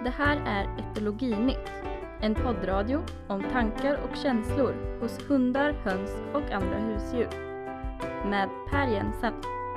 Det här är Etologinytt, en poddradio om tankar och känslor hos hundar, höns och andra husdjur. Med Per Jensen.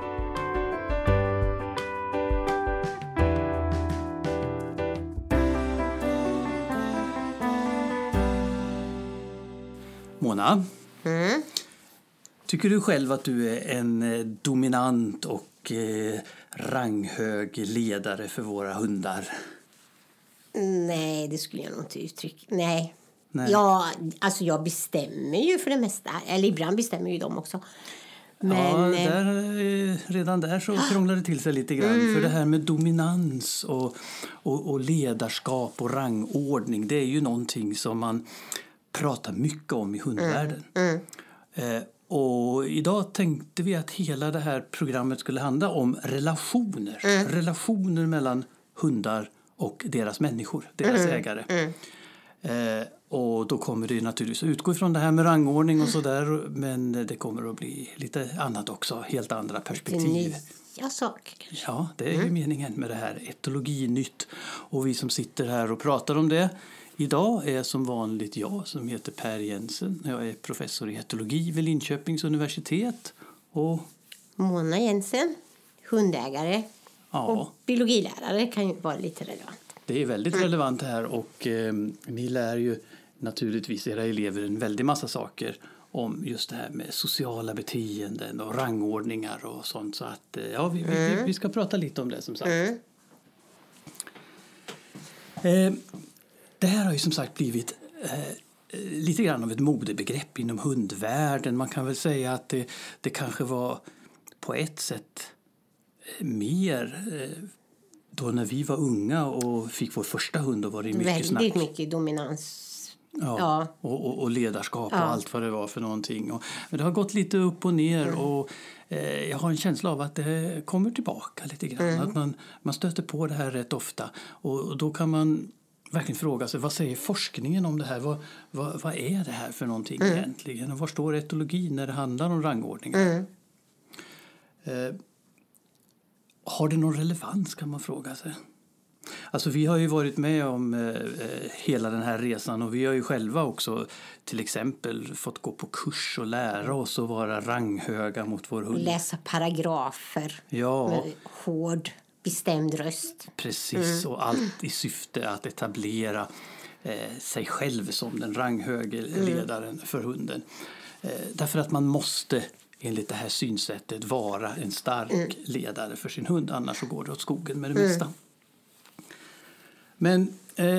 Mona, tycker du själv att du är en dominant och ranghög ledare för våra hundar? Nej, det skulle jag nog inte uttrycka. Nej. Ja, alltså jag bestämmer ju för det mesta. Eller ibland bestämmer ju de också. Men, ja, redan där så krånglar det till sig lite grann. För det här med dominans och ledarskap och rangordning, det är ju någonting som man pratar mycket om i hundvärlden. Och idag tänkte vi att hela det här programmet skulle handla om relationer. Relationer mellan hundar och deras människor, deras ägare. Och då kommer det naturligtvis utgå ifrån det här med rangordning och sådär. Men det kommer att bli lite annat också, helt andra perspektiv. Nya saker kanske. Ja, det är ju meningen med det här Etologinytt. Och vi som sitter här och pratar om det idag är som vanligt jag som heter Per Jensen. Jag är professor i etologi vid Linköpings universitet. Och Mona Jensen, hundägare och ja, biologilärare kan ju vara lite relevant. det är väldigt relevant här och ni lär ju naturligtvis era elever en väldig massa saker om just det här med sociala beteenden och rangordningar och sånt. Så att ja, vi ska prata lite om det som sagt. Det här har ju som sagt blivit lite grann av ett modebegrepp inom hundvärlden. Man kan väl säga att det kanske var på ett sätt mer då när vi var unga och fick vår första hund, och var det mycket snack. Väldigt mycket dominans. Ja. Och ledarskap och allt vad det var för någonting. Men det har gått lite upp och ner och jag har en känsla av att det kommer tillbaka lite grann. Att man stöter på det här rätt ofta. Och då kan man verkligen fråga sig, vad säger forskningen om det här? Vad är det här för någonting egentligen? Och var står etologin när det handlar om rangordningar? Har det någon relevans, kan man fråga sig? Alltså vi har ju varit med om hela den här resan, och vi har ju själva också till exempel fått gå på kurs och lära oss att vara ranghöga mot vår hund. Läsa paragrafer med hård, bestämd röst. Precis, och allt i syfte att etablera sig själv som den ranghöge ledaren för hunden. Därför att man måste enligt det här synsättet vara en stark ledare för sin hund, annars så går det åt skogen med det mesta. Men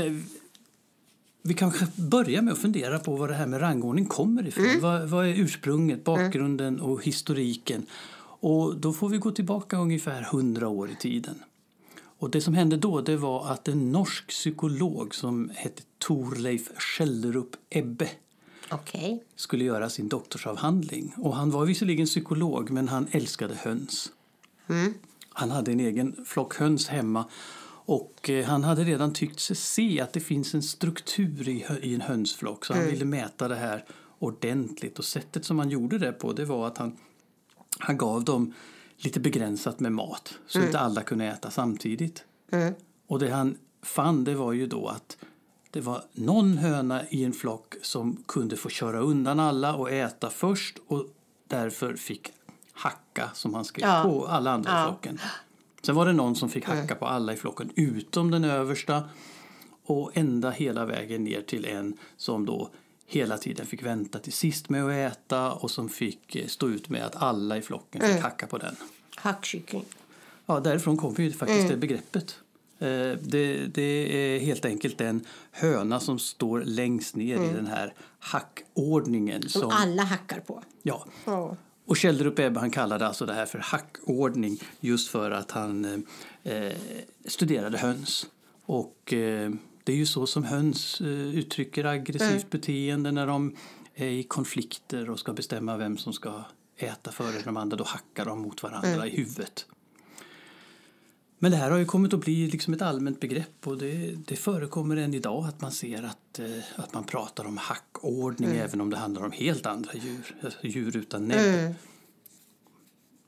vi kanske börjar med att fundera på vad det här med rangordning kommer ifrån. Vad är ursprunget, bakgrunden och historiken? Och då får vi gå tillbaka ungefär 100 år i tiden. Och det som hände då, det var att en norsk psykolog som hette Thorleif Skjelderup Ebbe skulle göra sin doktorsavhandling. Och han var visserligen psykolog, men han älskade höns. Han hade en egen flock höns hemma. Och han hade redan tyckt sig se att det finns en struktur i en hönsflock. Så han ville mäta det här ordentligt. Och sättet som han gjorde det på, det var att han gav dem lite begränsat med mat. Så inte alla kunde äta samtidigt. Och det han fann, det var ju då att det var någon höna i en flock som kunde få köra undan alla och äta först. Och därför fick hacka, som han skrev, på alla andra i flocken. Sen var det någon som fick hacka på alla i flocken utom den översta, och ända hela vägen ner till en som då hela tiden fick vänta till sist med att äta, och som fick stå ut med att alla i flocken fick hacka på den. Hackkyckling. Ja, därifrån kommer ju faktiskt det begreppet. Det är helt enkelt den höna som står längst ner i den här hackordningen. Som alla hackar på. Ja. Och Skjelderup Ebbe, han kallade alltså det här för hackordning just för att han studerade höns. Och det är ju så som höns uttrycker aggressivt beteende när de är i konflikter och ska bestämma vem som ska äta före de andra. Då hackar de mot varandra i huvudet. Men det här har ju kommit att bli liksom ett allmänt begrepp, och det förekommer än idag att man ser att man pratar om hackordning även om det handlar om helt andra djur, alltså djur utan näbb.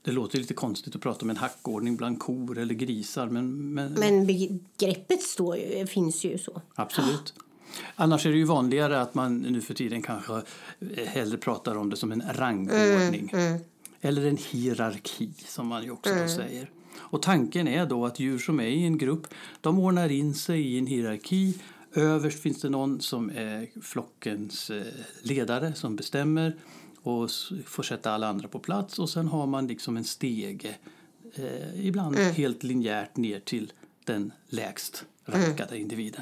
det låter lite konstigt att prata om en hackordning bland kor eller grisar. Men begreppet finns ju så. Absolut. Annars är det ju vanligare att man nu för tiden kanske hellre pratar om det som en rangordning. Eller en hierarki som man ju också då säger. Och tanken är då att djur som är i en grupp, de ordnar in sig i en hierarki. Överst finns det någon som är flockens ledare som bestämmer och får sätta alla andra på plats. Och sen har man liksom en stege, ibland helt linjärt ner till den lägst rankade individen.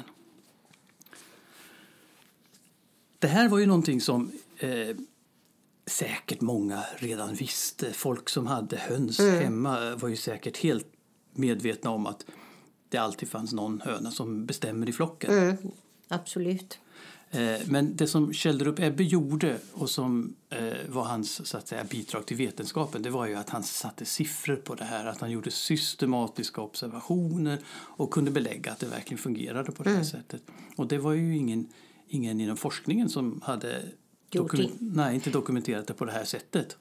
Det här var ju någonting som säkert många redan visste. Folk som hade höns hemma var ju säkert helt medvetna om att det alltid fanns någon höna som bestämmer i flocken. Absolut. Men det som Kjelderup Ebbe gjorde och som var hans så att säga, bidrag till vetenskapen, det var ju att han satte siffror på det här. Att han gjorde systematiska observationer och kunde belägga att det verkligen fungerade på det här sättet. Och det var ju ingen inom forskningen som hade inte dokumenterat det på det här sättet.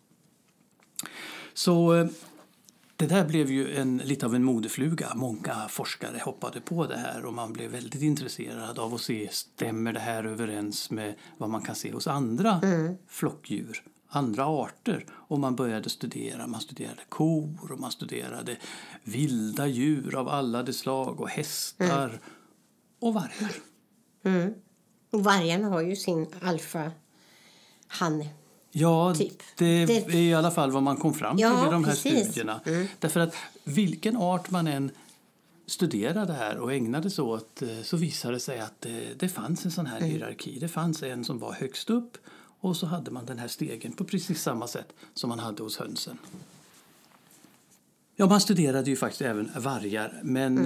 Så det där blev ju lite av en modefluga. Många forskare hoppade på det här och man blev väldigt intresserad av att se, stämmer det här överens med vad man kan se hos andra flockdjur, andra arter. Och man började studera. Man studerade kor och man studerade vilda djur av alla de slag och hästar och vargar. Och vargarna har ju sin alfahanne. Ja, typ. Det är i alla fall vad man kom fram till i de här studierna. Därför att vilken art man än studerade här och ägnade sig åt, så visade det sig att det fanns en sån här hierarki. Det fanns en som var högst upp och så hade man den här stegen på precis samma sätt som man hade hos hönsen. Ja, man studerade ju faktiskt även vargar, men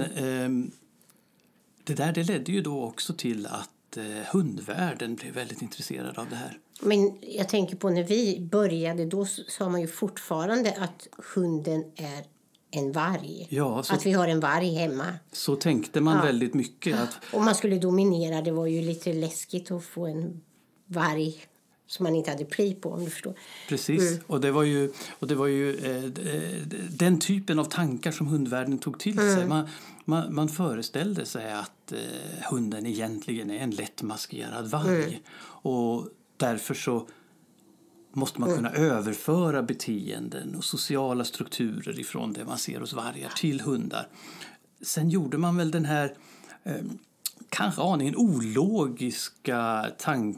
det ledde ju då också till att hundvärlden blev väldigt intresserad av det här. Men jag tänker på när vi började, då sa man ju fortfarande att hunden är en varg. Ja, att vi har en varg hemma. Så tänkte man väldigt mycket. Och man skulle dominera, det var ju lite läskigt att få en varg som man inte hade pli på, om du förstår. Precis, och det var ju den typen av tankar som hundvärlden tog till sig. Man föreställde sig att hunden egentligen är en lättmaskerad varg. Och därför så måste man kunna överföra beteenden och sociala strukturer ifrån det man ser hos vargar till hundar. Sen gjorde man väl den här kanske aningen ologiska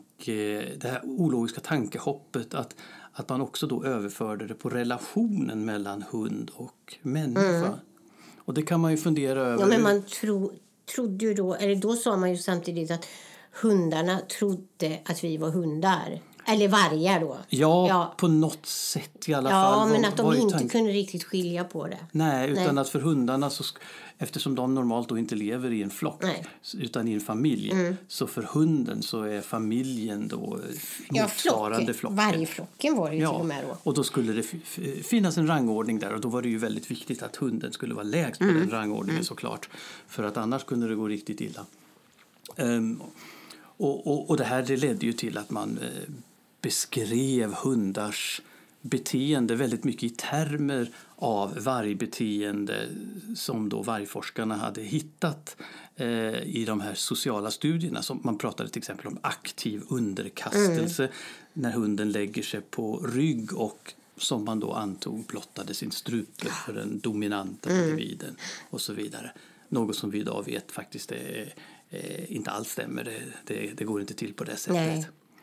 tankehoppet att man också då överförde det på relationen mellan hund och människa. Och det kan man ju fundera över. Ja, men man trodde ju då, eller då sa man ju samtidigt att hundarna trodde att vi var hundar. Eller vargar då. Ja, på något sätt i alla fall. Ja, men att de inte kunde riktigt skilja på det. Nej, utan att för hundarna, eftersom de normalt då inte lever i en flock utan i en familj, så för hunden så är familjen då motsvarande flocken. Vargflocken var det ju till och med då. Och då skulle det finnas en rangordning där, och då var det ju väldigt viktigt att hunden skulle vara lägst på den rangordningen såklart. För att annars kunde det gå riktigt illa. Och det här ledde ju till att man beskrev hundars beteende väldigt mycket i termer av vargbeteende som då vargforskarna hade hittat i de här sociala studierna. Som man pratade till exempel om aktiv underkastelse när hunden lägger sig på rygg och som man då antog blottade sin strupe för den dominanta individen och så vidare. Något som vi idag vet faktiskt inte alls stämmer. Det går inte till på det sättet.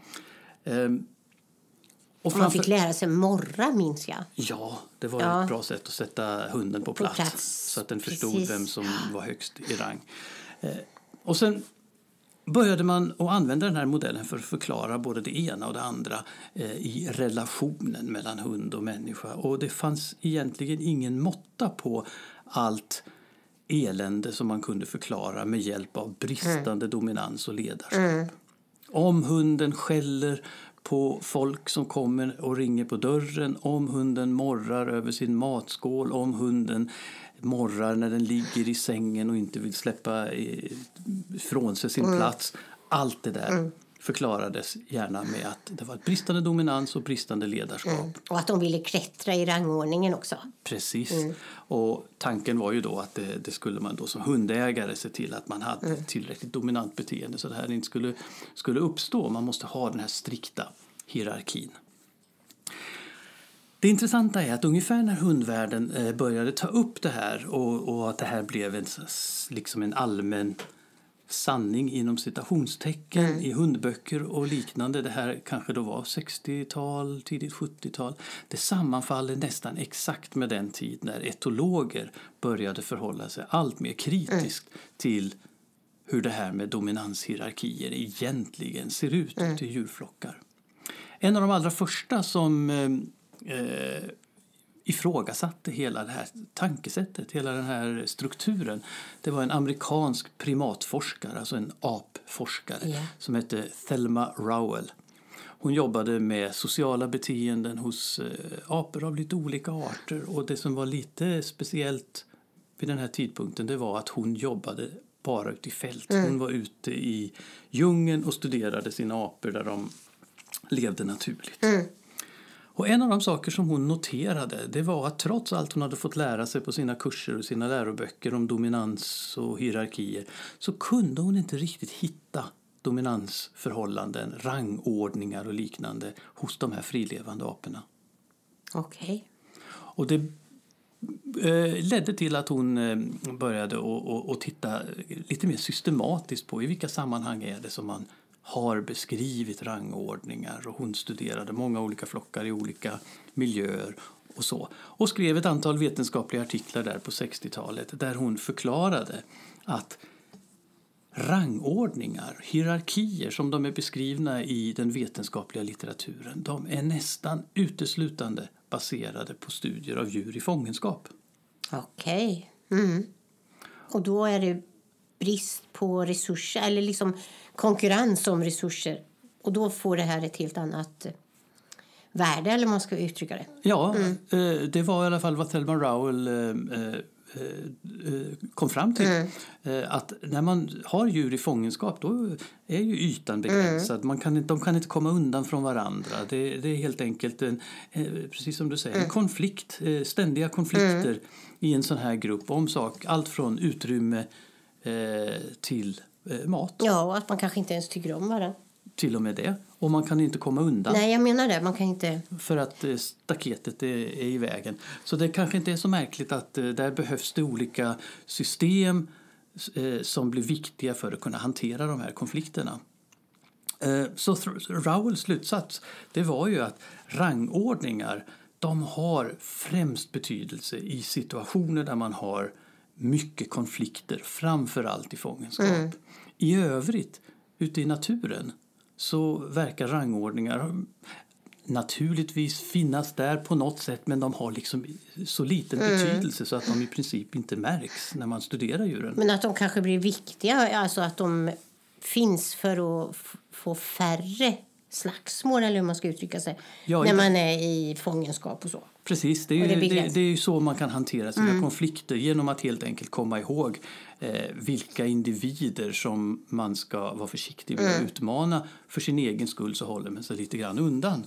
Och man fick lära sig morra, minns jag. Ja, det var ett bra sätt att sätta hunden på plats. Så att den förstod vem som var högst i rang. Och sen började man att använda den här modellen för att förklara både det ena och det andra i relationen mellan hund och människa. Och det fanns egentligen ingen måtta på allt elände som man kunde förklara med hjälp av bristande dominans och ledarskap. Om hunden skäller på folk som kommer och ringer på dörren, om hunden morrar över sin matskål, om hunden morrar när den ligger i sängen och inte vill släppa ifrån sig sin plats. Allt det där förklarades gärna med att det var ett bristande dominans och bristande ledarskap. Och att de ville klättra i rangordningen också. Precis. Och tanken var ju då att det skulle man då som hundägare se till att man hade ett tillräckligt dominant beteende så det här inte skulle uppstå. Man måste ha den här strikta hierarkin. Det intressanta är att ungefär när hundvärlden började ta upp det här och att det här blev liksom en allmän sanning inom citationstecken i hundböcker och liknande. Det här kanske då var 60-tal, tidigt 70-tal. Det sammanfaller nästan exakt med den tid när etologer började förhålla sig allt mer kritiskt till hur det här med dominanshierarkier egentligen ser ut i djurflockar. En av de allra första som ifrågasatte hela det här tankesättet, hela den här strukturen. Det var en amerikansk primatforskare, alltså en apforskare som hette Thelma Rowell. Hon jobbade med sociala beteenden hos apor av lite olika arter och det som var lite speciellt vid den här tidpunkten det var att hon jobbade bara ute i fält. Hon var ute i djungeln och studerade sina apor där de levde naturligt. Och en av de saker som hon noterade det var att trots allt hon hade fått lära sig på sina kurser och sina läroböcker om dominans och hierarkier så kunde hon inte riktigt hitta dominansförhållanden, rangordningar och liknande hos de här frilevande aporna. Okej. Och det ledde till att hon började att titta lite mer systematiskt på i vilka sammanhang är det som man har beskrivit rangordningar och hon studerade många olika flockar i olika miljöer och så. Och skrev ett antal vetenskapliga artiklar där på 60-talet där hon förklarade att rangordningar, hierarkier som de är beskrivna i den vetenskapliga litteraturen, de är nästan uteslutande baserade på studier av djur i fångenskap. Okej. Och då är det brist på resurser eller liksom konkurrens om resurser och då får det här ett helt annat värde eller man ska uttrycka det. Ja, det var i alla fall vad Thelma Rowell kom fram till. Att när man har djur i fångenskap då är ju ytan begränsad. De kan inte komma undan från varandra. Det är helt enkelt precis som du säger, en konflikt, ständiga konflikter i en sån här grupp om allt från utrymme till mat. Ja, och att man kanske inte ens tycker om varandra. Till och med det. Och man kan inte komma undan. Nej, jag menar det. Man kan inte... För att staketet är i vägen. Så det kanske inte är så märkligt att där behövs det olika system som blir viktiga för att kunna hantera de här konflikterna. Så Rowells slutsats det var ju att rangordningar de har främst betydelse i situationer där man har mycket konflikter, framförallt i fångenskap. I övrigt, ute i naturen, så verkar rangordningar naturligtvis finnas där på något sätt men de har liksom så liten betydelse så att de i princip inte märks när man studerar djuren. Men att de kanske blir viktiga, alltså att de finns för att få färre slagsmål eller hur man ska uttrycka sig när man är i fångenskap och så. Precis, det är ju så man kan hantera sina konflikter genom att helt enkelt komma ihåg vilka individer som man ska vara försiktig med att utmana. För sin egen skull så håller man sig lite grann undan.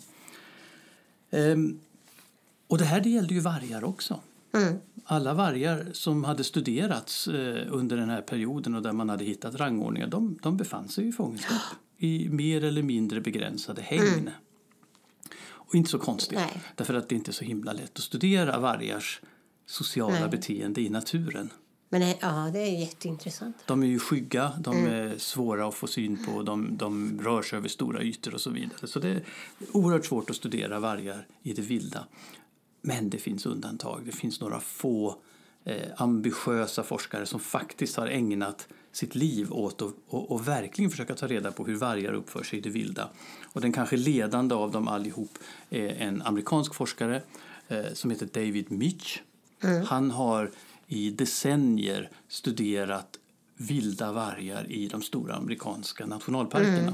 Och det gällde ju vargar också. Alla vargar som hade studerats under den här perioden och där man hade hittat rangordningar, de befann sig i fångenskap i mer eller mindre begränsade hägn. Och inte så konstigt, därför att det inte är så himla lätt att studera vargars sociala beteende i naturen. Men det är jätteintressant. De är ju skygga, de är svåra att få syn på, de rör sig över stora ytor och så vidare. Så det är oerhört svårt att studera vargar i det vilda. Men det finns undantag. Det finns några få ambitiösa forskare som faktiskt har ägnat sitt liv åt och verkligen försöka ta reda på hur vargar uppför sig i det vilda. Och den kanske ledande av dem allihop är en amerikansk forskare som heter David Mitch. Han har i decennier studerat vilda vargar i de stora amerikanska nationalparkerna.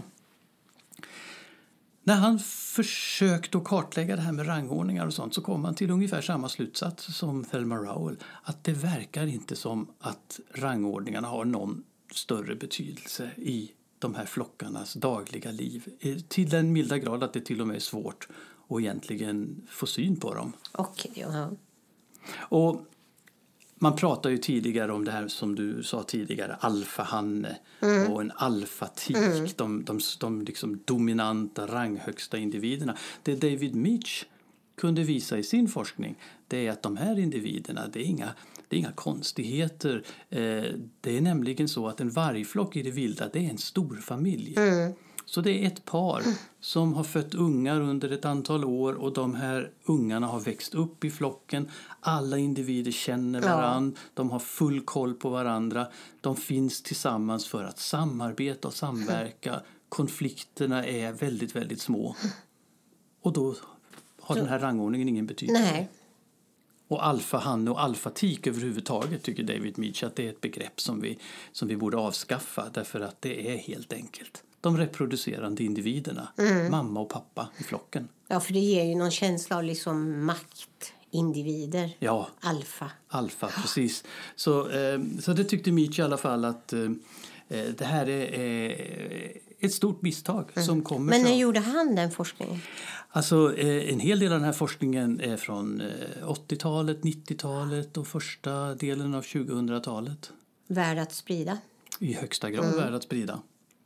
När han försökte att kartlägga det här med rangordningar och sånt så kom han till ungefär samma slutsats som Thelma Rowell. Att det verkar inte som att rangordningarna har någon större betydelse i de här flockarnas dagliga liv. Till den milda grad att det till och med är svårt att egentligen få syn på dem. Okej, ja. Och man pratar ju tidigare om det här som du sa tidigare, alfahanne och en alfatik, de liksom dominanta, ranghögsta individerna. Det David Mitch kunde visa i sin forskning, det är att de här individerna, det är inga konstigheter. Det är nämligen så att en vargflock i det vilda, det är en stor familj. Så det är ett par som har fött ungar under ett antal år och de här ungarna har växt upp i flocken. Alla individer känner varandra, de har full koll på varandra. De finns tillsammans för att samarbeta och samverka. Konflikterna är väldigt, väldigt små. Och då har den här rangordningen ingen betydelse. Nej. Och alfahanne och alfatik överhuvudtaget tycker David Mitch att det är ett begrepp som vi borde avskaffa därför att det är helt enkelt de reproducerande individerna, mamma och pappa i flocken. Ja, för det ger ju någon känsla av liksom maktindivider. Ja, alfa, precis. Så det tyckte Mitch i alla fall att det här är ett stort misstag som kommer. Men när gjorde han den forskningen? Alltså en hel del av den här forskningen är från 80-talet, 90-talet och första delen av 2000-talet. Värd att sprida. I högsta grad värd att sprida.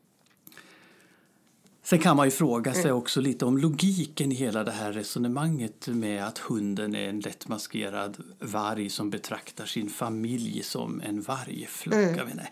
Sen kan man ju fråga sig också lite om logiken i hela det här resonemanget med att hunden är en lättmaskerad varg som betraktar sin familj som en vargflock. Jag menar,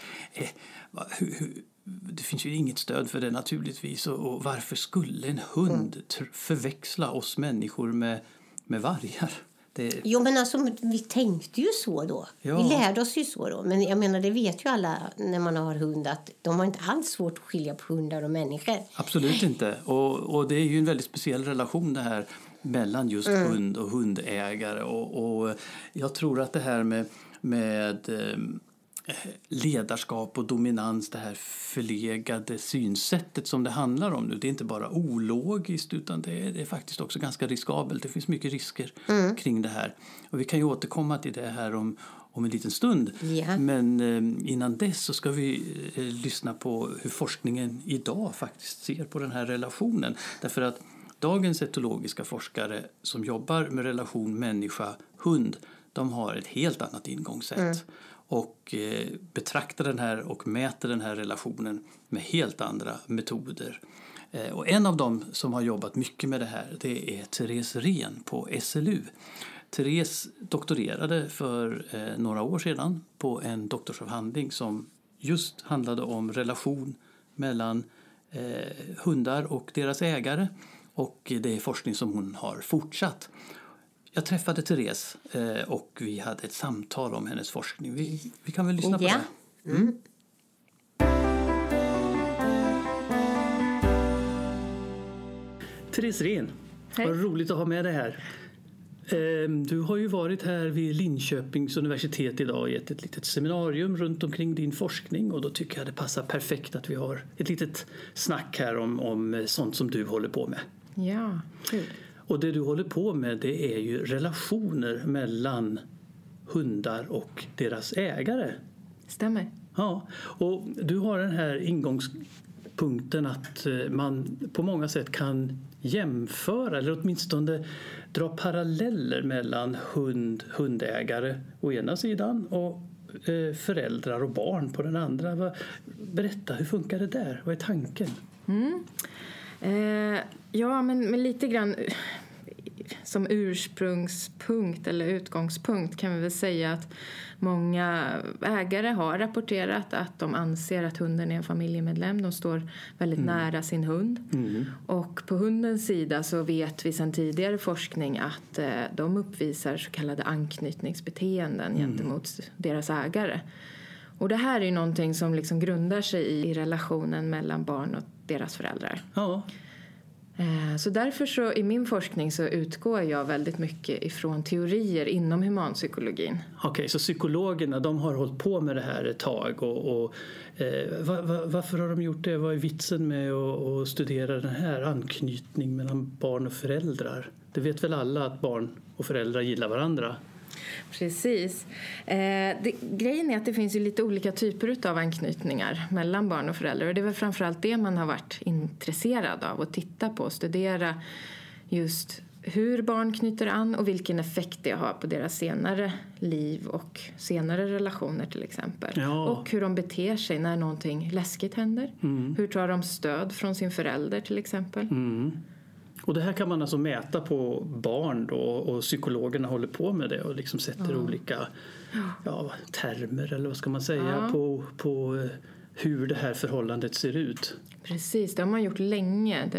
det finns ju inget stöd för det naturligtvis. Och varför skulle en hund förväxla oss människor med vargar? Jo, men alltså, vi tänkte ju så då. Ja. Vi lärde oss ju så då. Men jag menar, det vet ju alla när man har hund att de har inte alls svårt att skilja på hundar och människor. Absolut inte. Och det är ju en väldigt speciell relation det här mellan just hund och hundägare. Och jag tror att det här med ledarskap och dominans, det här förlegade synsättet som det handlar om nu, det är inte bara ologiskt utan det är faktiskt också ganska riskabelt. Det finns mycket risker kring det här. Och vi kan ju återkomma till det här om en liten stund. Yeah. Men innan dess så ska vi lyssna på hur forskningen idag faktiskt ser på den här relationen. Därför att dagens etologiska forskare som jobbar med relation människa-hund, de har ett helt annat ingångssätt. Och betraktar den här och mäter den här relationen med helt andra metoder. Och en av dem som har jobbat mycket med det här, det är Therese Rehn på SLU. Therese doktorerade för några år sedan på en doktorsavhandling som just handlade om relation mellan hundar och deras ägare. Och det är forskning som hon har fortsatt. Jag träffade Therese och vi hade ett samtal om hennes forskning. Vi kan väl lyssna på det. Therese Rehn, vad roligt att ha med dig här. Du har ju varit här vid Linköpings universitet idag och gett ett litet seminarium runt omkring din forskning. Och då tycker jag det passar perfekt att vi har ett litet snack här om sånt som du håller på med. Ja, kul. Och det du håller på med, det är ju relationer mellan hundar och deras ägare. Stämmer. Ja, och du har den här ingångspunkten att man på många sätt kan jämföra eller åtminstone dra paralleller mellan hundägare å ena sidan och föräldrar och barn på den andra. Berätta, hur funkar det där? Vad är tanken? Ja, men lite grann som ursprungspunkt eller utgångspunkt kan vi väl säga att många ägare har rapporterat att de anser att hunden är en familjemedlem. De står väldigt nära sin hund. Och på hundens sida så vet vi sedan tidigare forskning att de uppvisar så kallade anknytningsbeteenden gentemot deras ägare. Och det här är ju någonting som liksom grundar sig i relationen mellan barn och deras föräldrar. Ja. Så därför så i min forskning så utgår jag väldigt mycket ifrån teorier inom humanpsykologin. Okej, så psykologerna de har hållit på med det här ett tag och varför har de gjort det? Vad är vitsen med att studera den här anknytning mellan barn och föräldrar? Det vet väl alla att barn och föräldrar gillar varandra? Precis. Grejen är att det finns ju lite olika typer av anknytningar mellan barn och föräldrar. Och det är väl framförallt det man har varit intresserad av att titta på och studera, just hur barn knyter an och vilken effekt det har på deras senare liv och senare relationer till exempel. Ja. Och hur de beter sig när någonting läskigt händer. Hur tar de stöd från sin förälder till exempel. Och det här kan man alltså mäta på barn då, och psykologerna håller på med det och liksom sätter olika termer eller vad ska man säga på hur det här förhållandet ser ut. Precis, det har man gjort länge.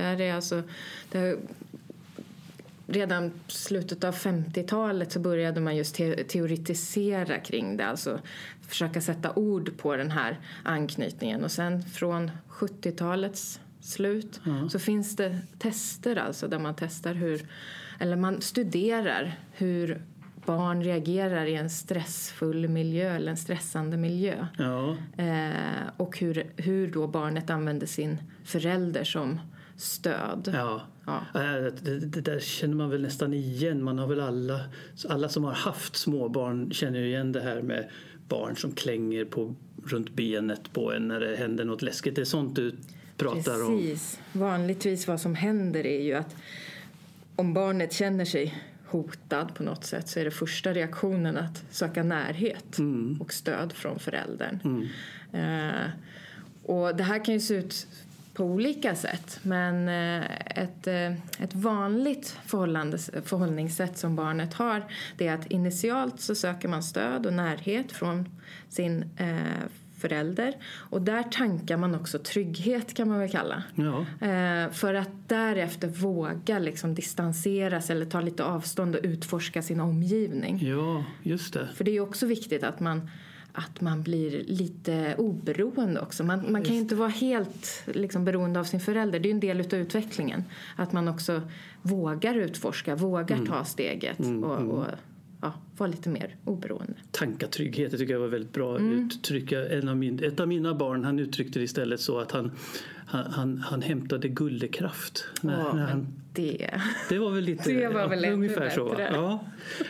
Redan slutet av 50-talet så började man just teoretisera kring det. Alltså försöka sätta ord på den här anknytningen. Och sen från 70-talets slut så finns det tester alltså där man testar man studerar hur barn reagerar i en stressfull miljö eller en stressande miljö. Ja. Och hur då barnet använder sin förälder som stöd. Ja. Det där känner man väl nästan igen. Man har väl alla som har haft småbarn känner igen det här med barn som klänger runt benet på en när det händer något läskigt. Det är sånt du pratar om. Precis. Vanligtvis vad som händer är ju att om barnet känner sig hotad på något sätt så är det första reaktionen att söka närhet och stöd från föräldern. Och det här kan ju se ut på olika sätt, men ett vanligt förhållningssätt som barnet har, det är att initialt så söker man stöd och närhet från sin förälder, och där tankar man också trygghet kan man väl kalla. Ja. För att därefter våga liksom distanseras eller ta lite avstånd och utforska sin omgivning. Ja, just det. För det är ju också viktigt att man blir lite oberoende också. Man kan ju inte vara helt liksom beroende av sin förälder. Det är ju en del av utvecklingen. Att man också vågar utforska, vågar ta steget och vara lite mer oberoende. Tankatrygghet, det tycker jag var väldigt bra uttryck. Ett av mina barn, han uttryckte det istället så att han hämtade gullekraft. Det var väl lite det var väl ungefär så. Ja.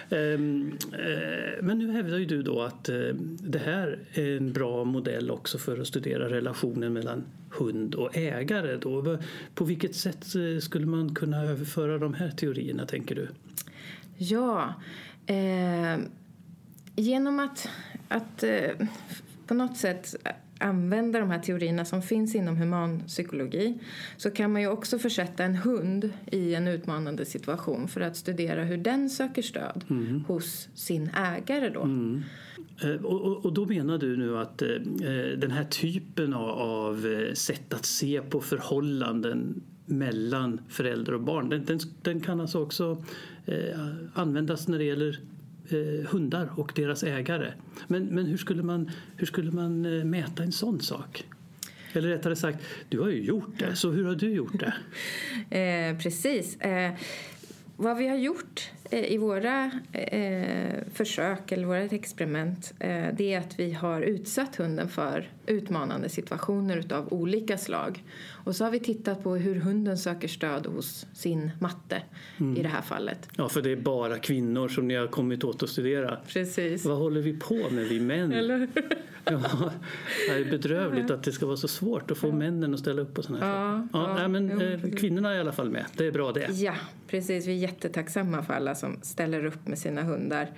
Men nu hävdar ju du då att det här är en bra modell också för att studera relationen mellan hund och ägare. Då. På vilket sätt skulle man kunna överföra de här teorierna, tänker du? Ja, genom att på något sätt använda de här teorierna som finns inom humanpsykologi så kan man ju också försätta en hund i en utmanande situation för att studera hur den söker stöd hos sin ägare då. Och då menar du nu att den här typen av sätt att se på förhållanden mellan förälder och barn, den kan alltså också användas när det gäller hundar och deras ägare. Men hur skulle man mäta en sån sak? Eller rättare sagt, du har ju gjort det, så hur har du gjort det? Precis. Vad vi har gjort i våra försök eller våra experiment, det är att vi har utsatt hunden för utmanande situationer utav olika slag. Och så har vi tittat på hur hunden söker stöd hos sin matte i det här fallet. Ja, för det är bara kvinnor som ni har kommit åt att studera. Precis. Vad håller vi på med, vi män? Eller? Ja, det är bedrövligt att det ska vara så svårt att få männen att ställa upp på sådana här saker. Kvinnorna är i alla fall med. Det är bra det. Ja, precis. Vi är jättetacksamma för alla som ställer upp med sina hundar.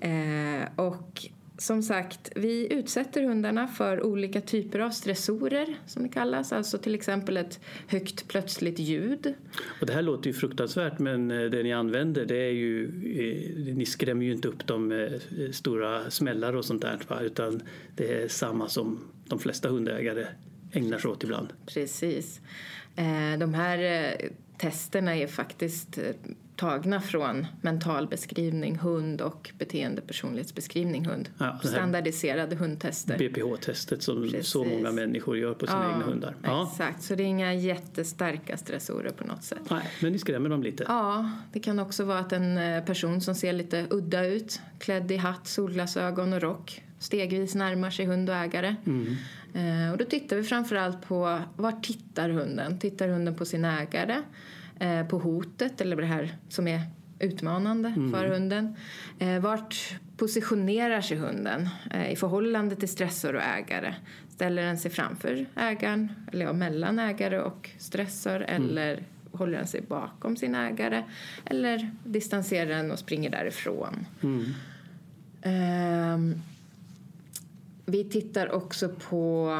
Och som sagt, vi utsätter hundarna för olika typer av stressorer som det kallas. Alltså till exempel ett högt plötsligt ljud. Och det här låter ju fruktansvärt, men det ni använder, det är ju, ni skrämmer ju inte upp dem med stora smällar och sånt där, utan det är samma som de flesta hundägare ägnar sig åt ibland. Precis. De här testerna är faktiskt tagna från mental beskrivning hund och personlighetsbeskrivning hund. Ja, standardiserade hundtester. BPH-testet som så många människor gör på sina egna hundar. Ja, exakt. Så det är inga jättestarka stressorer på något sätt. Nej, men ni skrämmer dem lite. Ja, det kan också vara att en person som ser lite udda ut, klädd i hatt, solglasögon och rock, stegvis närmar sig hund och ägare. Och då tittar vi framförallt på var tittar hunden? Tittar hunden på sin ägare? På hotet eller det här som är utmanande för hunden. Vart positionerar sig hunden i förhållande till stressor och ägare? Ställer den sig framför ägaren, eller mellan ägare och stressor, eller håller den sig bakom sin ägare, eller distanserar den och springer därifrån? Vi tittar också på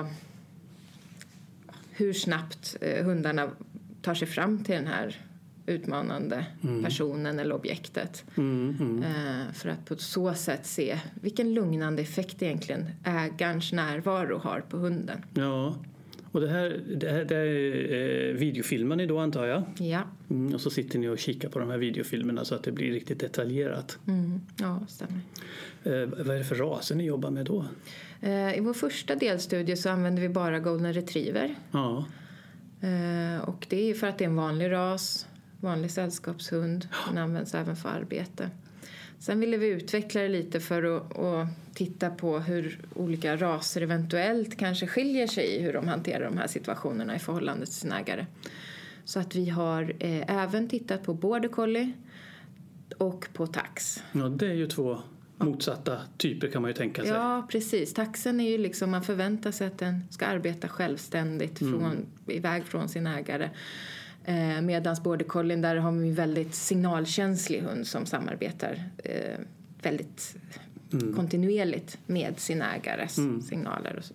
hur snabbt hundarna tar sig fram till den här utmanande personen eller objektet. För att på så sätt se vilken lugnande effekt egentligen ägarens närvaro har på hunden. Ja, och det är videofilmar ni då, antar jag? Ja. Och så sitter ni och kikar på de här videofilmerna så att det blir riktigt detaljerat. Ja, stämmer. Vad är det för raser ni jobbar med då? I vår första delstudie så använder vi bara golden retriever. Ja. Och det är ju för att det är en vanlig ras, vanlig sällskapshund. Den används även för arbete. Sen ville vi utveckla det lite för att titta på hur olika raser eventuellt kanske skiljer sig i hur de hanterar de här situationerna i förhållande till sin ägare. Så att vi har även tittat på border collie och på tax. Ja, det är ju två motsatta typer kan man ju tänka sig. Ja, precis. Taxen är ju liksom, man förväntar sig att den ska arbeta självständigt iväg från sin ägare. Medan border collien, där har vi väldigt signalkänslig hund som samarbetar väldigt kontinuerligt med sin ägares signaler och så.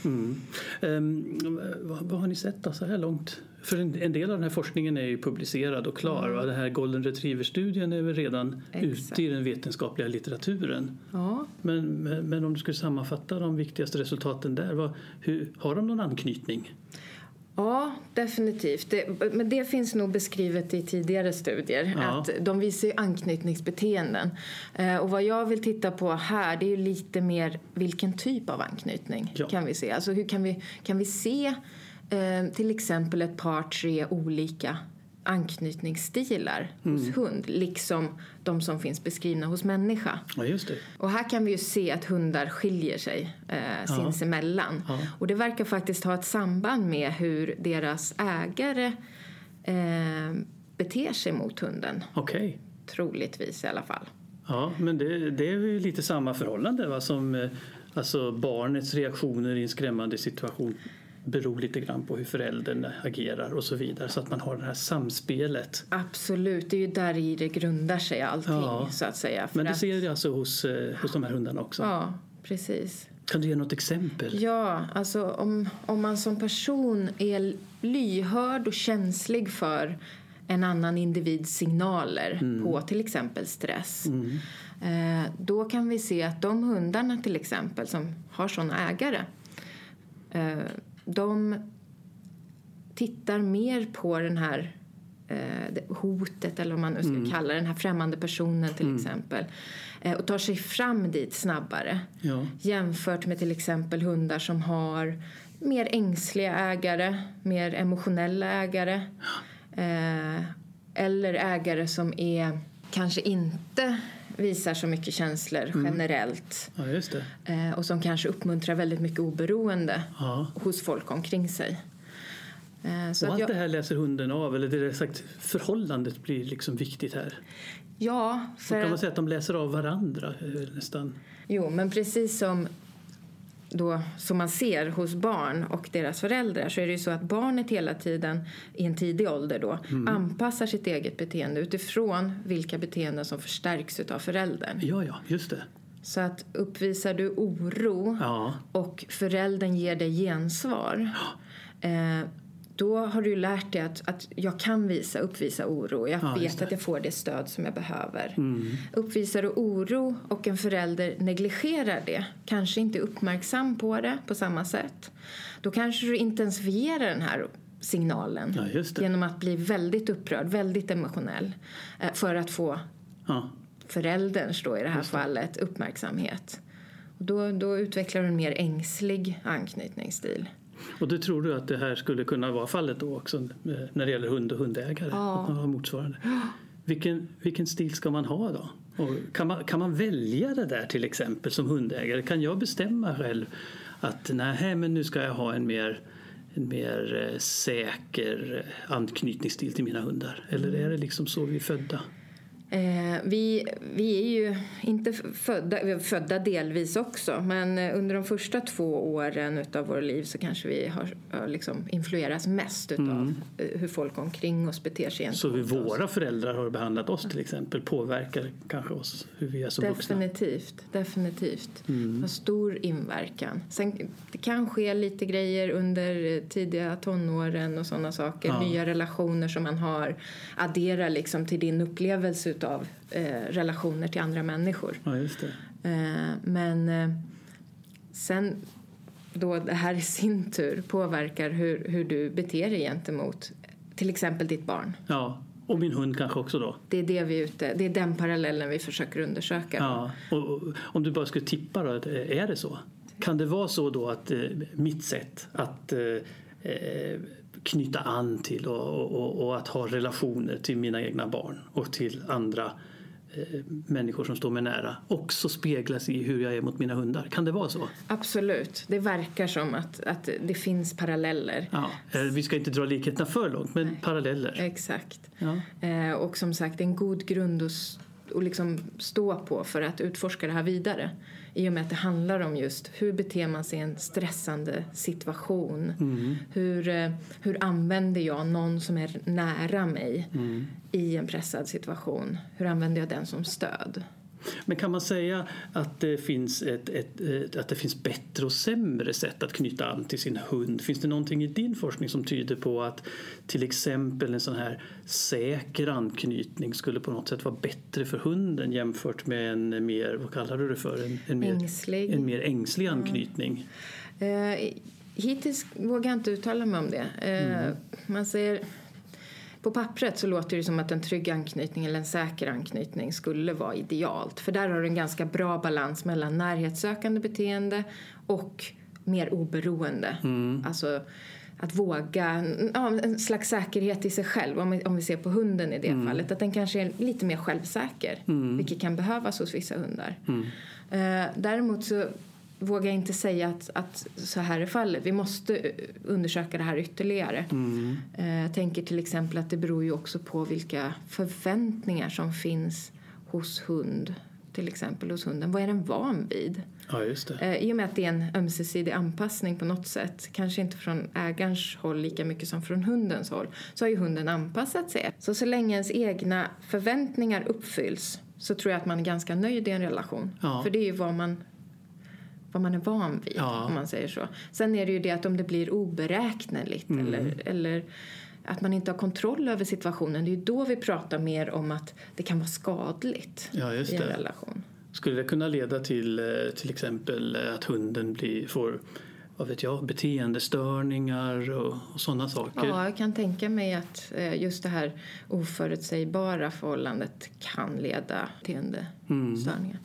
Vad har ni sett då så här långt? För en del av den här forskningen är ju publicerad och klar. Och den här golden retriever-studien är väl redan ute i den vetenskapliga litteraturen. Ja. Men om du skulle sammanfatta de viktigaste resultaten där, har de någon anknytning? Ja, definitivt. Men det finns nog beskrivet i tidigare studier. Ja. Att de visar ju anknytningsbeteenden. Och vad jag vill titta på här, det är ju lite mer vilken typ av anknytning kan vi se. Alltså hur kan vi se till exempel ett par, 3 olika anknytningsstilar hos hund, liksom de som finns beskrivna hos människa. Ja, just det. Och här kan vi ju se att hundar skiljer sig sinsemellan. Ja. Och det verkar faktiskt ha ett samband med hur deras ägare beter sig mot hunden. Okej. Troligtvis i alla fall. Ja, men det är ju lite samma förhållande va? Som alltså barnets reaktioner i en skrämmande situation beror lite grann på hur föräldern agerar och så vidare, så att man har det här samspelet. Absolut, det är ju där i det grundar sig allting så att säga. Men det ser jag alltså hos de här hundarna också? Ja, precis. Kan du ge något exempel? Ja, alltså om man som person är lyhörd och känslig för en annan individs signaler på till exempel stress. Då kan vi se att de hundarna till exempel som har såna ägare, de tittar mer på den här hotet, eller om man nu ska kalla den här främmande personen till exempel, och tar sig fram dit snabbare jämfört med till exempel hundar som har mer ängsliga ägare, mer emotionella ägare, eller ägare som är kanske inte visar så mycket känslor generellt. Ja, just det. Och som kanske uppmuntrar väldigt mycket oberoende hos folk omkring sig. Så och att allt det här läser hunden av, eller det är sagt, förhållandet blir liksom viktigt här. Ja, för kan man säga att de läser av varandra nästan? Jo, men precis som man ser hos barn och deras föräldrar, så är det ju så att barnet hela tiden i en tidig ålder då anpassar sitt eget beteende utifrån vilka beteenden som förstärks utav föräldern. Ja, just det. Så att uppvisar du oro och föräldern ger dig gensvar, då har du lärt dig att jag kan uppvisa oro. Jag vet att jag får det stöd som jag behöver. Uppvisar du oro och en förälder negligerar det, kanske inte är uppmärksam på det på samma sätt, då kanske du intensifierar den här signalen genom att bli väldigt upprörd, väldigt emotionell, för att få förälderns då i det här fallet uppmärksamhet. Och då utvecklar du en mer ängslig anknytningsstil. Och det tror du att det här skulle kunna vara fallet då också när det gäller hund och hundägare? Att man har motsvarande. Vilken stil ska man ha då? Och kan man välja det där till exempel som hundägare? Kan jag bestämma själv att men nu ska jag ha en mer säker anknytningsstil till mina hundar? Eller är det liksom så vi är födda? Vi är ju inte födda delvis också, men under de första 2 åren utav vår liv så kanske vi har liksom influeras mest utav hur folk omkring oss beter sig. Så hur våra föräldrar har behandlat oss till exempel påverkar kanske oss hur vi är som vuxna? Definitivt. Har stor inverkan. Sen det kan ske lite grejer under tidiga tonåren och sådana saker. Nya relationer som man har adderar liksom till din upplevelse av relationer till andra människor. Ja, just det. Men sen då det här i sin tur påverkar hur du beter dig gentemot till exempel ditt barn. Ja, och min hund kanske också då. Det är den parallellen vi försöker undersöka. Ja, och om du bara skulle tippa då, är det så? Kan det vara så då att mitt sätt att knyta an till och att ha relationer till mina egna barn och till andra människor som står mig nära också speglas i hur jag är mot mina hundar. Kan det vara så? Absolut. Det verkar som att det finns paralleller. Ja, vi ska inte dra likheterna för långt, men paralleller. Exakt. Ja. Och som sagt, en god grund att liksom stå på för att utforska det här vidare. I och med att det handlar om just hur beter man sig i en stressande situation. Hur använder jag någon som är nära mig i en pressad situation? Hur använder jag den som stöd? Men kan man säga att det finns att det finns bättre och sämre sätt att knyta an till sin hund? Finns det någonting i din forskning som tyder på att till exempel en sån här säker anknytning skulle på något sätt vara bättre för hunden jämfört med en mer, vad kallar du det för? En mer ängslig anknytning? Hittills vågar jag inte uttala mig om det. Man säger... På pappret så låter det som att en trygg anknytning eller en säker anknytning skulle vara idealt. För där har du en ganska bra balans mellan närhetssökande beteende och mer oberoende. Alltså att våga, en slags säkerhet i sig själv. Om vi ser på hunden i det fallet. Att den kanske är lite mer självsäker. Vilket kan behövas hos vissa hundar. Däremot så vågar jag inte säga att så här är fallet. Vi måste undersöka det här ytterligare. Jag tänker till exempel att det beror ju också på vilka förväntningar som finns hos hund. Till exempel hos hunden. Vad är den van vid? Ja, just det. I och med att det är en ömsesidig anpassning på något sätt. Kanske inte från ägarens håll lika mycket som från hundens håll. Så har ju hunden anpassat sig. Så länge ens egna förväntningar uppfylls så tror jag att man är ganska nöjd i en relation. Ja. För det är ju vad man är van vid, om man säger så. Sen är det ju det att om det blir oberäkneligt eller att man inte har kontroll över situationen, det är ju då vi pratar mer om att det kan vara skadligt i en relation. Skulle det kunna leda till exempel att hunden får beteendestörningar och sådana saker? Ja, jag kan tänka mig att just det här oförutsägbara förhållandet kan leda till beteendestörningar.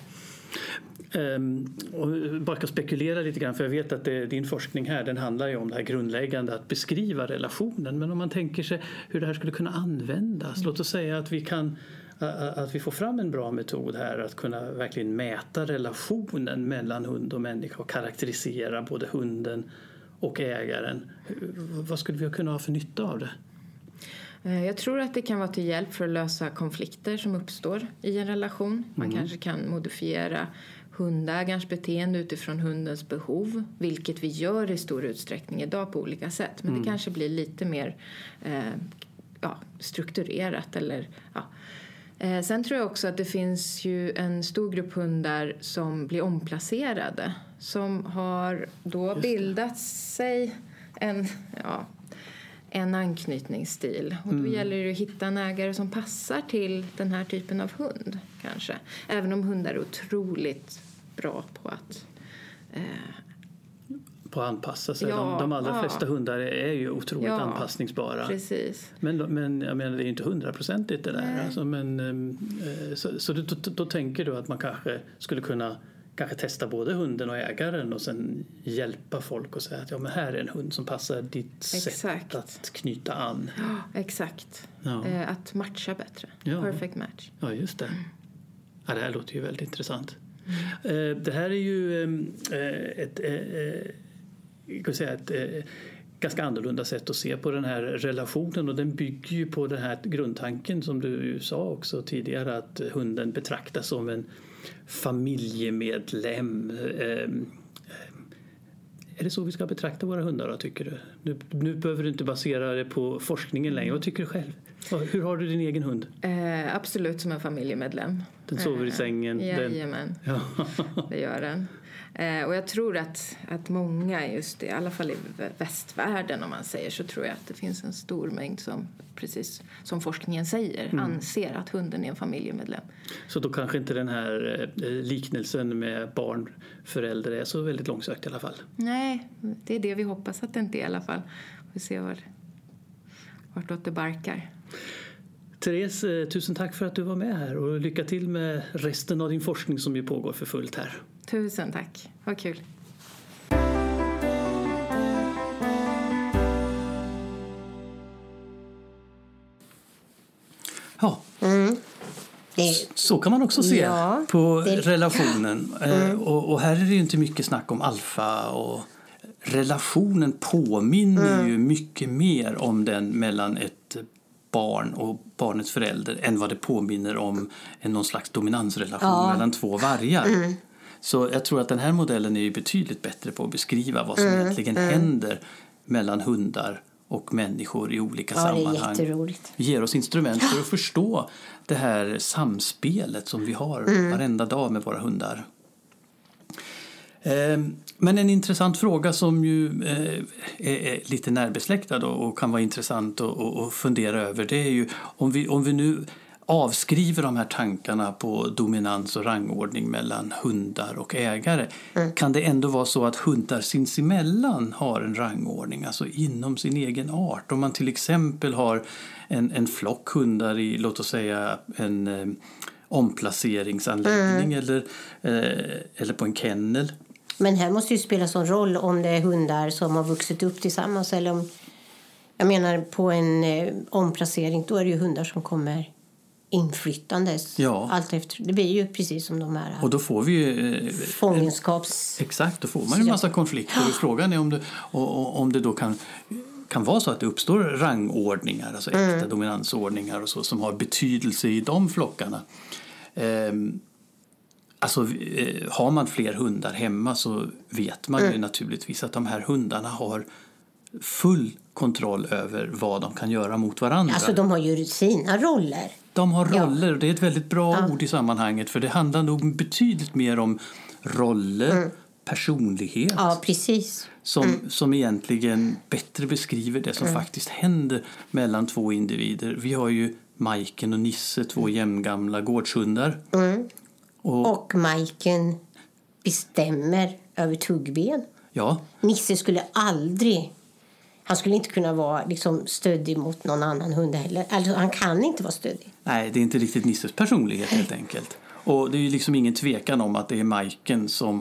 Och bara ska spekulera lite grann, för jag vet att din forskning här, den handlar ju om det här grundläggande att beskriva relationen, men om man tänker sig hur det här skulle kunna användas, låt oss säga att vi får fram en bra metod här att kunna verkligen mäta relationen mellan hund och människa och karaktärisera både hunden och ägaren. Vad skulle vi kunna ha för nytta av det? Jag tror att det kan vara till hjälp för att lösa konflikter som uppstår i en relation. Man kanske kan modifiera hundägarens beteende utifrån hundens behov, vilket vi gör i stor utsträckning idag på olika sätt. Men det kanske blir lite mer strukturerat. Sen tror jag också att det finns ju en stor grupp hundar som blir omplacerade, som har då bildat sig en anknytningsstil. Och då gäller det att hitta en ägare som passar till den här typen av hund, kanske. Även om hundar är otroligt bra på att anpassa sig. De allra flesta hundar är ju otroligt anpassningsbara. Precis. Men jag menar, det är ju inte 100% det där. Alltså, så då tänker du att man kanske skulle kunna testa både hunden och ägaren och sen hjälpa folk och säga att men här är en hund som passar ditt sätt att knyta an. Ja, exakt. Att matcha bättre. Perfect match. Ja, just det. Ja, det här låter ju väldigt intressant. Det här är ju ett ganska annorlunda sätt att se på den här relationen, och den bygger ju på den här grundtanken som du sa också tidigare, att hunden betraktas som en familjemedlem. Är det så vi ska betrakta våra hundar då, tycker du? Nu behöver du inte basera det på forskningen längre. Vad tycker du själv? Hur har du din egen hund? Absolut som en familjemedlem. Den sover i sängen? Jajamän, Ja. det gör den. Och jag tror att många, just i alla fall i västvärlden om man säger, så tror jag att det finns en stor mängd som, precis som forskningen säger, anser att hunden är en familjemedlem. Så då kanske inte den här liknelsen med barn-förälder är så väldigt långsökt i alla fall? Nej, det är det vi hoppas att det inte är i alla fall. Vi ser vartåt det barkar. Therese, tusen tack för att du var med här, och lycka till med resten av din forskning som ju pågår för fullt här. Tusen tack, vad kul. Ja, så kan man också se på relationen. Och här är det ju inte mycket snack om alfa, och relationen påminner ju mycket mer om den mellan ett barn och barnets förälder än vad det påminner om någon slags dominansrelation mellan två vargar. Så jag tror att den här modellen är ju betydligt bättre på att beskriva vad som egentligen händer mellan hundar och människor i olika sammanhang. Det är jätteroligt. Ger oss instrument för att förstå det här samspelet som vi har varenda dag med våra hundar. Men en intressant fråga som ju är lite närbesläktad och kan vara intressant att fundera över, det är ju om vi nu avskriver de här tankarna på dominans och rangordning mellan hundar och ägare, kan det ändå vara så att hundar sinsemellan har en rangordning, alltså inom sin egen art? Om man till exempel har en flock hundar i, låt oss säga, en omplaceringsanläggning eller på en kennel. Men här måste ju spela sån roll om det är hundar som har vuxit upp tillsammans, eller om, jag menar på en omplacering, då är det ju hundar som kommer inflyttandes. Ja. Allt efter, det blir ju precis som de här. Och då får vi ju fångenskaps... då får man ju en massa konflikter. Och frågan är om det då kan vara så att det uppstår rangordningar, alltså äkta dominansordningar och så, som har betydelse i de flockarna. Har man fler hundar hemma så vet man ju naturligtvis att de här hundarna har full kontroll över vad de kan göra mot varandra. Alltså de har ju sina roller. De har roller, och det är ett väldigt bra ord i sammanhanget, för det handlar nog betydligt mer om roller, personlighet. Ja, precis. Som egentligen bättre beskriver det som faktiskt händer mellan två individer. Vi har ju Majken och Nisse, två jämngamla gårdshundar. Och Majken bestämmer över Tuggben. Ja. Nisse skulle aldrig... Han skulle inte kunna vara liksom stöddig mot någon annan hund heller. Alltså, han kan inte vara stöddig. Nej, det är inte riktigt Nisses personlighet helt enkelt. Och det är ju liksom ingen tvekan om att det är Majken som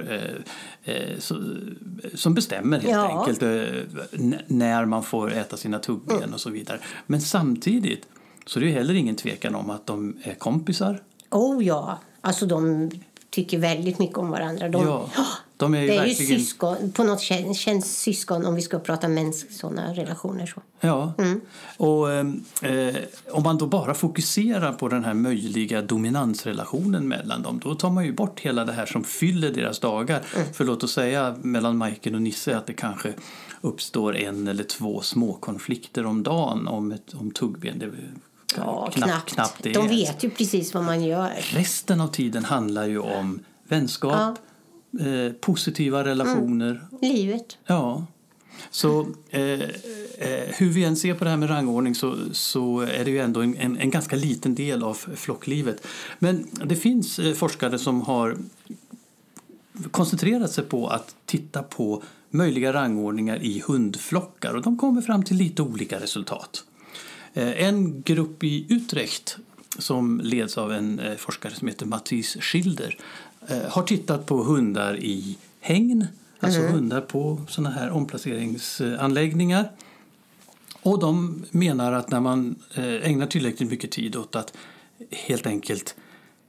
som bestämmer helt enkelt när man får äta sina tuggben och så vidare. Men samtidigt så är det ju heller ingen tvekan om att de är kompisar. Oh ja, alltså de tycker väldigt mycket om varandra. De är ju det är verkligen... ju syskon, på något känns syskon om vi ska prata sådana relationer så. Ja, och om man då bara fokuserar på den här möjliga dominansrelationen mellan dem, då tar man ju bort hela det här som fyller deras dagar. För låt oss säga mellan Majken och Nisse att det kanske uppstår 1 eller 2 små konflikter om dagen om tuggben. Det knappt det. De vet ju precis vad man gör. Resten av tiden handlar ju om vänskap, positiva relationer. Livet. Ja. Så hur vi än ser på det här med rangordning så är det ju ändå en ganska liten del av flocklivet. Men det finns forskare som har koncentrerat sig på att titta på möjliga rangordningar i hundflockar, och de kommer fram till lite olika resultat. En grupp i Utrecht som leds av en forskare som heter Matthijs Schilder har tittat på hundar i hägn, alltså hundar på såna här omplaceringsanläggningar. Och de menar att när man ägnar tillräckligt mycket tid åt att helt enkelt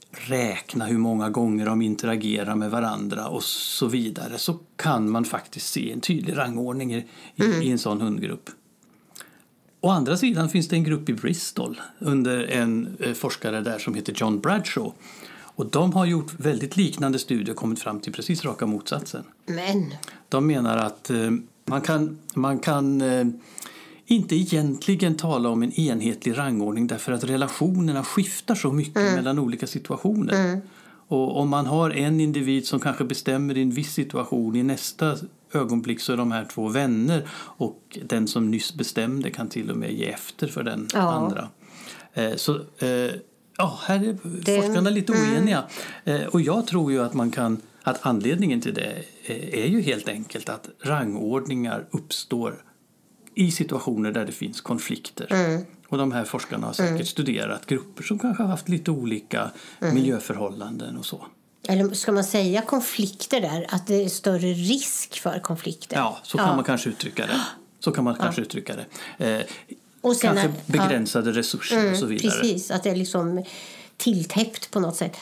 räkna hur många gånger de interagerar med varandra och så vidare, så kan man faktiskt se en tydlig rangordning i en sån hundgrupp. Å andra sidan finns det en grupp i Bristol under en forskare där som heter John Bradshaw. Och de har gjort väldigt liknande studier och kommit fram till precis raka motsatsen. Men De menar att man kan inte egentligen tala om en enhetlig rangordning därför att relationerna skiftar så mycket mellan olika situationer. Och om man har en individ som kanske bestämmer i en viss situation, i nästa ögonblick så är de här två vänner och den som nyss bestämde kan till och med ge efter för den andra. Här är forskarna lite oeniga. Och jag tror ju att anledningen till det är ju helt enkelt att rangordningar uppstår i situationer där det finns konflikter. Och de här forskarna har säkert studerat grupper som kanske har haft lite olika miljöförhållanden och så. eller ska man säga konflikter där? Att det är större risk för konflikter? Ja, så kan man kanske uttrycka det. Så kan man kanske uttrycka det. Och sen kanske begränsade resurser och så vidare. Precis, att det är liksom tilltäppt på något sätt.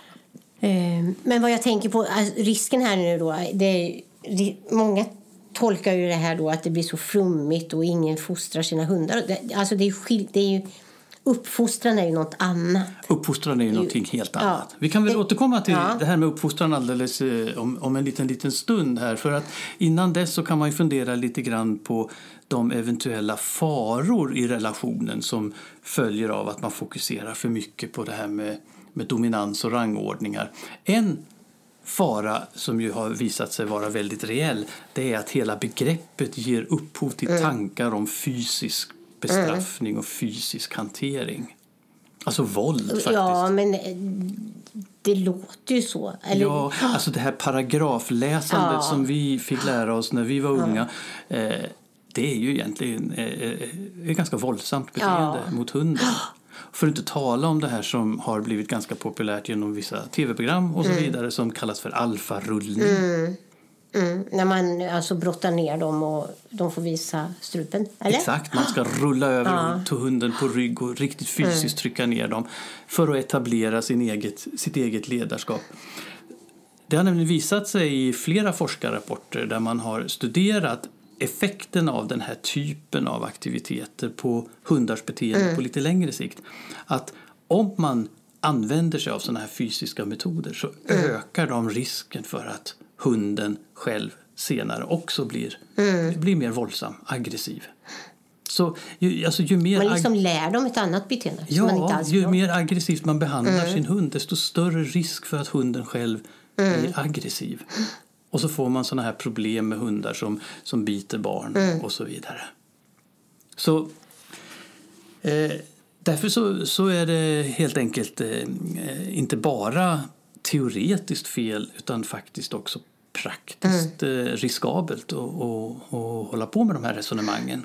Men vad jag tänker på, risken här nu då, många tolkar ju det här då att det blir så flummigt och ingen fostrar sina hundar. Alltså det är ju uppfostran är ju något annat. Uppfostran är ju någonting helt annat. Ja. Vi kan väl återkomma till det här med uppfostran alldeles om en liten stund här. För att innan dess så kan man ju fundera lite grann på de eventuella faror i relationen som följer av att man fokuserar för mycket på det här med dominans och rangordningar. En fara som ju har visat sig vara väldigt reell, det är att hela begreppet ger upphov till tankar om fysisk bestraffning och fysisk hantering. Alltså våld faktiskt. Ja, men det låter ju så. Eller? Ja, alltså det här paragrafläsandet som vi fick lära oss när vi var unga, det är ju egentligen ett ganska våldsamt beteende mot hunden. För att inte tala om det här som har blivit ganska populärt genom vissa tv-program och så vidare som kallas för alfarullning. När man alltså brottar ner dem och de får visa strupen, eller? Exakt, man ska rulla över hunden på rygg och riktigt fysiskt trycka ner dem för att etablera sitt eget ledarskap. Det har nämligen visat sig i flera forskarrapporter där man har studerat effekten av den här typen av aktiviteter på hundars beteende på lite längre sikt. Att om man använder sig av sådana här fysiska metoder så ökar de risken för att hunden själv senare också blir mer våldsam, aggressiv. Så ju mer man liksom lär dem ett annat beteende. Ju mer aggressivt man behandlar sin hund, desto större risk för att hunden själv blir aggressiv. Och så får man såna här problem med hundar som biter barn och så vidare. Så därför så är det helt enkelt inte bara teoretiskt fel utan faktiskt också praktiskt riskabelt att hålla på med de här resonemangen.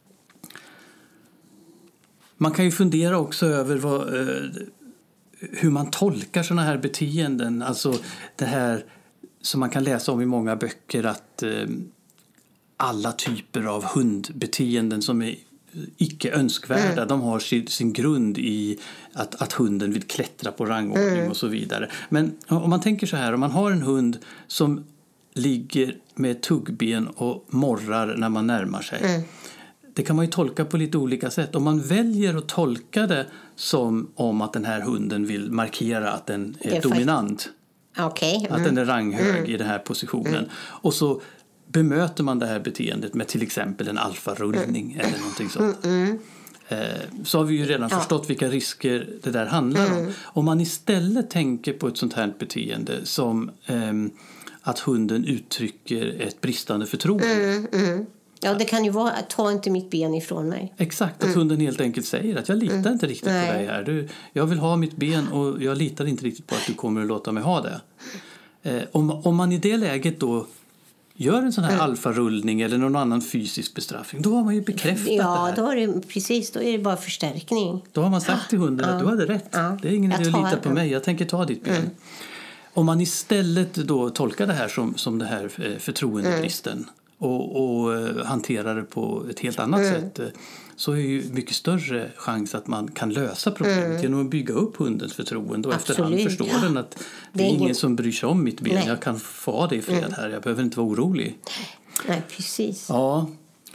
Man kan ju fundera också över hur man tolkar såna här beteenden. Alltså det här som man kan läsa om i många böcker, att alla typer av hundbeteenden som är icke önskvärda, de har sin grund i att hunden vill klättra på rangordning och så vidare. Men om man tänker så här, om man har en hund som ligger med tuggben och morrar när man närmar sig. Det kan man ju tolka på lite olika sätt. Om man väljer att tolka det som om att den här hunden vill markera att den är dominant. Okay. Att den är ranghög i den här positionen. Och så bemöter man det här beteendet med till exempel en alfarullning eller någonting sånt. Så har vi ju redan förstått vilka risker det där handlar om. Om man istället tänker på ett sånt här beteende som att hunden uttrycker ett bristande förtroende. Ja, det kan ju vara att ta inte mitt ben ifrån mig. Exakt, att hunden helt enkelt säger att jag litar inte riktigt på dig här. Jag vill ha mitt ben och jag litar inte riktigt på att du kommer att låta mig ha det. Om man i det läget då gör en sån här alfarullning eller någon annan fysisk bestraffning, då har man ju bekräftat det här. Ja, då är det bara förstärkning. Då har man sagt till hunden att du hade rätt. Det är ingen idé att lita på mig, jag tänker ta ditt ben. Om man istället då tolkar det här som det här förtroendebristen, och hanterar det på ett helt annat sätt, så är ju mycket större chans att man kan lösa problemet genom att bygga upp hundens förtroende och efterhand förstår den att det är ingen som bryr sig om mitt ben. Nej. Jag kan få ha det i fred här. Jag behöver inte vara orolig. Nej, precis. Ja.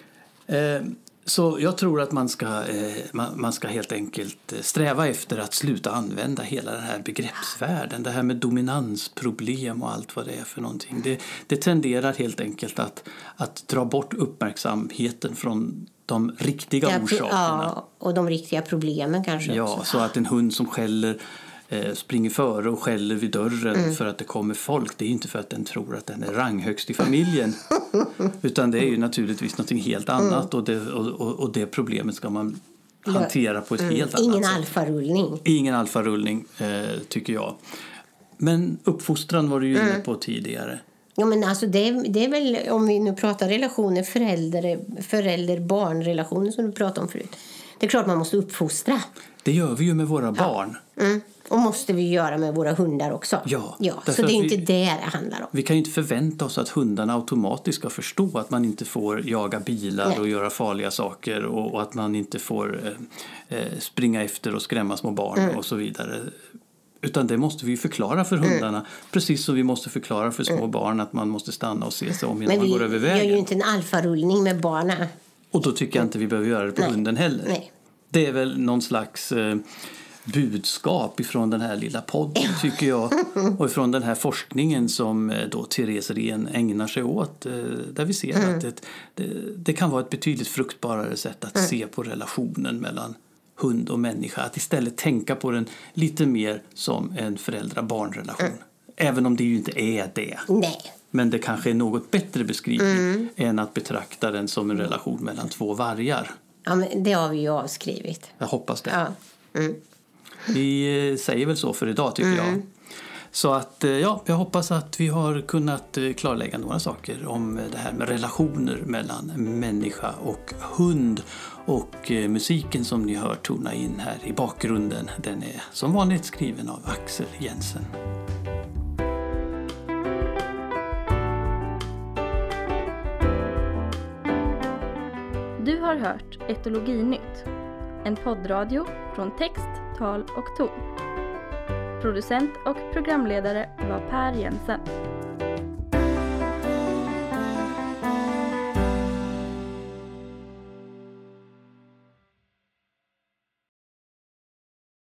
Så jag tror att man ska helt enkelt sträva efter att sluta använda hela den här begreppsvärlden. Det här med dominansproblem och allt vad det är för någonting. Det tenderar helt enkelt att dra bort uppmärksamheten från de riktiga orsakerna. Ja, och de riktiga problemen kanske också. Ja, så att en hund som skäller springer före och skäller vid dörren för att det kommer folk. Det är inte för att den tror att den är ranghögst i familjen. Utan det är ju naturligtvis något helt annat. Och det problemet ska man hantera på ett helt annat Ingen sätt. alfarullning. Ingen alfarullning, tycker jag. Men uppfostran var du ju inne på tidigare. Ja, men alltså det är väl, om vi nu pratar relationer, förälder-barn-relationer som du pratade om förut. Det är klart man måste uppfostra. Det gör vi ju med våra barn. Och måste vi göra med våra hundar också. Ja, så det är inte det handlar om. Vi kan ju inte förvänta oss att hundarna automatiskt ska förstå att man inte får jaga bilar och göra farliga saker. Och att man inte får springa efter och skrämma små barn och så vidare. Utan det måste vi förklara för hundarna. Precis som vi måste förklara för små barn att man måste stanna och se sig om innan man går över vägen. Men vi gör ju inte en alfarullning med barnen. Och då tycker jag inte vi behöver göra det på hunden heller. Nej. Det är väl någon slags budskap ifrån den här lilla podden, tycker jag. Och ifrån den här forskningen som då Therese Rehn ägnar sig åt. Där vi ser att det kan vara ett betydligt fruktbarare sätt att se på relationen mellan hund och människa. Att istället tänka på den lite mer som en föräldrar-barnrelation. Även om det ju inte är det. Nej. Men det kanske är något bättre beskrivning än att betrakta den som en relation mellan två vargar. Ja, men det har vi ju avskrivit. Jag hoppas det. Ja. Vi säger väl så för idag, tycker jag. Så att jag hoppas att vi har kunnat klarlägga några saker om det här med relationer mellan människa och hund. Och musiken som ni hör tona in här i bakgrunden, den är som vanligt skriven av Axel Jensen. Du har hört Etologinytt, en poddradio från text, tal och ton. Producent och programledare var Per Jensen.